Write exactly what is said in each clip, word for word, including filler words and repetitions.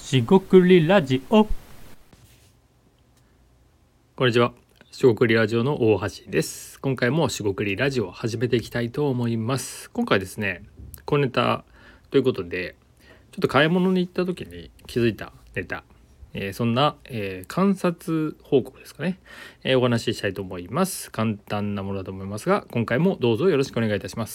しごくりラジオ。 こんにちは。しごくりラジオの大橋です。今回もしごくりラジオを始めていきたいと思います。今回ですね、小ネタということで、ちょっと買い物に行った時に気づいたネタ、えー、そんな、えー、観察報告ですかね、えー、お話ししたいと思います。簡単なものだと思いますが、今回もどうぞよろしくお願いいたします。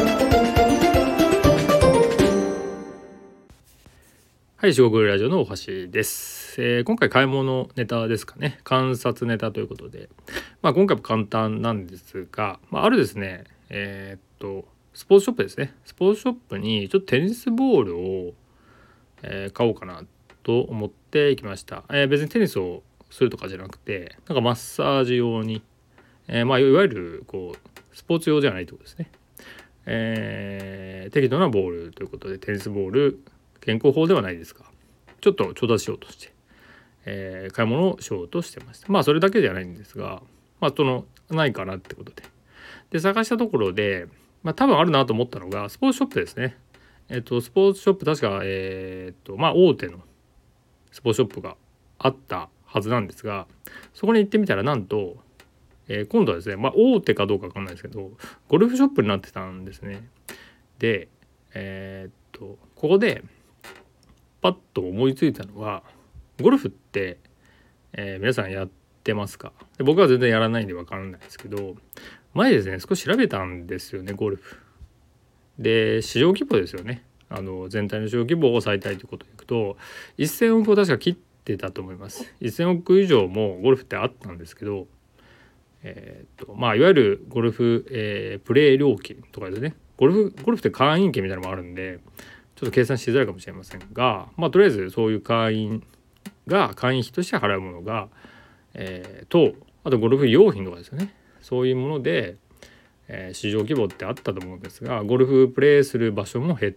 はい、しごくりラジオの大橋です。えー、今回買い物ネタですかね、観察ネタということで、まあ、今回も簡単なんですが、まあ、あるですね、えー、っとスポーツショップですね、スポーツショップにちょっとテニスボールを、えー、買おうかなと思って行きました。えー、別にテニスをするとかじゃなくて、なんかマッサージ用に、えー、まあいわゆるこうスポーツ用じゃないということですね。えー、適度なボールということで、テニスボール健康法ではないですが、ちょっと調達しようとして、えー、買い物をしようとしてました。まあそれだけじゃないんですが、まあそのないかなってことでで探したところで、まあ多分あるなと思ったのがスポーツショップですね。えっとスポーツショップ、確かえー、っとまあ大手のスポーツショップがあったはずなんですが、そこに行ってみたらなんと、えー、今度はですね、まあ大手かどうかわかんないですけど、ゴルフショップになってたんですね。で、えー、っとここでパッと思いついたのは、ゴルフって、えー、皆さんやってますか？で、僕は全然やらないんで分からないですけど、前ですね少し調べたんですよね、ゴルフで。市場規模ですよね。あの全体の市場規模を抑えたいということでいくとせんおくを確か切ってたと思います。せんおく以上もゴルフってあったんですけど、えー、っとまあいわゆるゴルフ、えー、プレー料金とかですね、ゴルフゴルフって会員権みたいなのもあるんで、ちょっと計算しづらいかもしれませんが、まあとりあえずそういう会員が会員費として払うものが、えー、とあとゴルフ用品とかですよね、そういうもので、えー、市場規模ってあったと思うんですが、ゴルフプレーする場所も減って、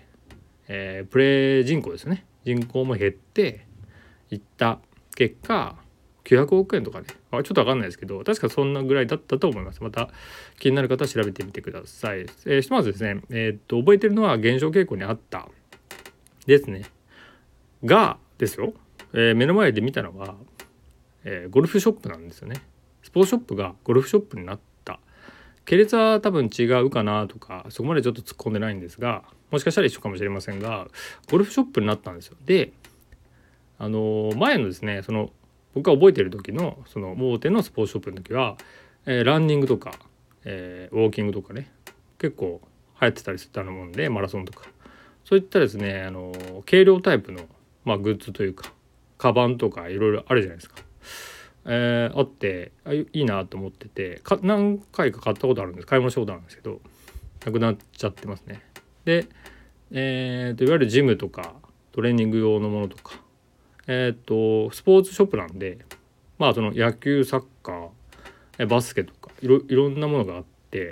えー、プレー人口ですね、人口も減っていった結果きゅうひゃくおくえんとかね、あちょっと分かんないですけど、確かそんなぐらいだったと思います。また気になる方は調べてみてください。えー、ひとまずですね、えー、っと覚えてるのは減少傾向にあったですね。がですよ、えー、目の前で見たのは、えー、ゴルフショップなんですよね。スポーツショップがゴルフショップになった。系列は多分違うかなとか、そこまでちょっと突っ込んでないんですが、もしかしたら一緒かもしれませんが、ゴルフショップになったんですよ。で、あのー、前のですね、その僕が覚えてる時のその大手のスポーツショップの時は、えー、ランニングとか、えー、ウォーキングとかね、結構流行ってたりするもんで、マラソンとかそういったですね、あのー、軽量タイプの、まあ、グッズというかカバンとかいろいろあるじゃないですか。えー、あってあいいなと思ってて、か何回か買ったことあるんです、買い物したことあるんですけど、なくなっちゃってますね。で、えー、といわゆるジムとかトレーニング用のものとか、えー、とスポーツショップなんで、まあその野球、サッカー、バスケとかいろいろんなものがあって、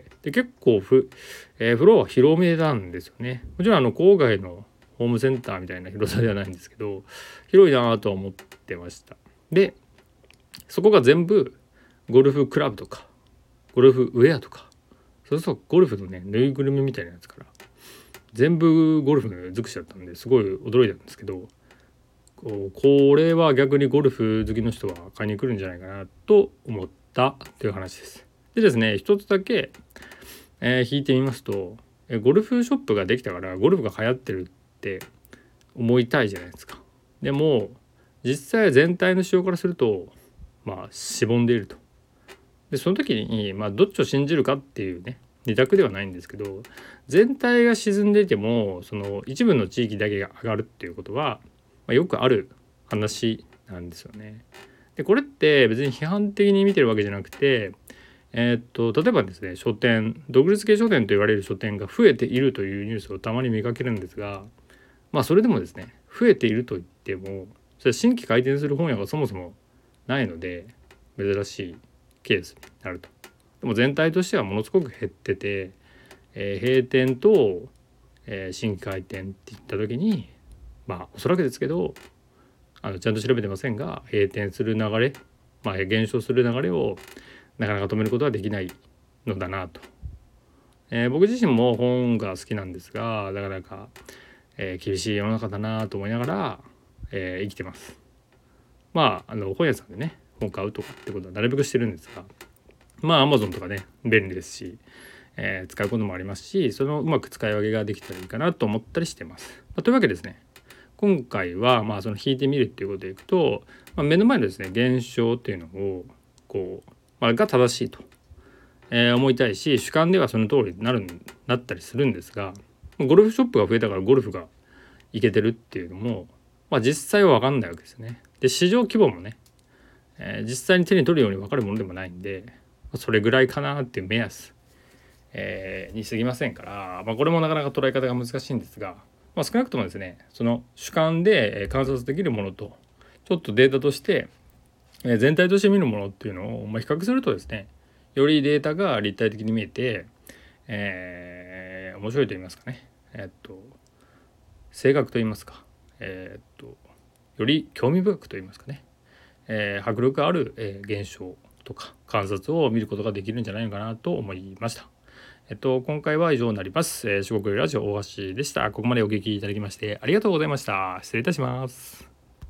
で結構フ、えー、フロアは広めなんですよね。もちろんあの郊外のホームセンターみたいな広さではないんですけど、広いなとは思ってました。でそこが全部ゴルフクラブとかゴルフウェアとか、そうそうゴルフのねぬいぐるみみたいなやつから全部ゴルフ尽くしだったんで、すごい驚いたんですけど、これは逆にゴルフ好きの人は買いに来るんじゃないかなと思ったという話です。でですね、一つだけ、えー、引いてみますと、えゴルフショップができたからゴルフが流行ってるって思いたいじゃないですか。でも実際全体の仕様からするとまあしぼんでいると。でその時に、まあ、どっちを信じるかっていうね二択ではないんですけど、全体が沈んでいてもその一部の地域だけが上がるっていうことは、まあ、よくある話なんですよね。でこれって別に批判的に見てるわけじゃなくて、えー、っと例えばですね、書店、独立系書店と言われる書店が増えているというニュースをたまに見かけるんですが、まあそれでもですね、増えていると言ってもそれは新規開店する本屋がそもそもないので珍しいケースになると。でも全体としてはものすごく減ってて、えー、閉店と、えー、新規開店っていった時に、まあおそらくですけど、あのちゃんと調べてませんが、閉店する流れ、まあ減少する流れをなかなか止めることはできないのだなと。えー、僕自身も本が好きなんですが、なかなか、えー、厳しい世の中だなと思いながら、 えー生きてます。まああの本屋さんでね本買うとかってことはなるべくしてるんですが、まあ Amazon とかね便利ですし、えー使うこともありますし、そのうまく使い分けができたらいいかなと思ったりしてます。まあ、というわけでですね、今回はまあその引いてみるっていうことでいくと、まあ、目の前のですね現象っていうのをこう、まあ、が正しいと、えー思いたいし、主観ではその通りになるなったりするんですが、ゴルフショップが増えたからゴルフがいけてるっていうのも、まあ、実際は分かんないわけですよね。で市場規模もね、えー実際に手に取るように分かるものでもないんで、それぐらいかなっていう目安、えーに過ぎませんから、まあ、これもなかなか捉え方が難しいんですが、まあ、少なくともですねその主観で観察できるものとちょっとデータとして全体として見るものっていうのをまあ比較するとですね、よりデータが立体的に見えて、えー面白いと言いますかね、えっと正確と言いますか、えっとより興味深くと言いますかね、えー迫力ある、えー現象とか観察を見ることができるんじゃないのかなと思いました。えっと今回は以上になります。えー、四国ラジオ大橋でした。ここまでお聞きいただきましてありがとうございました。失礼いたします。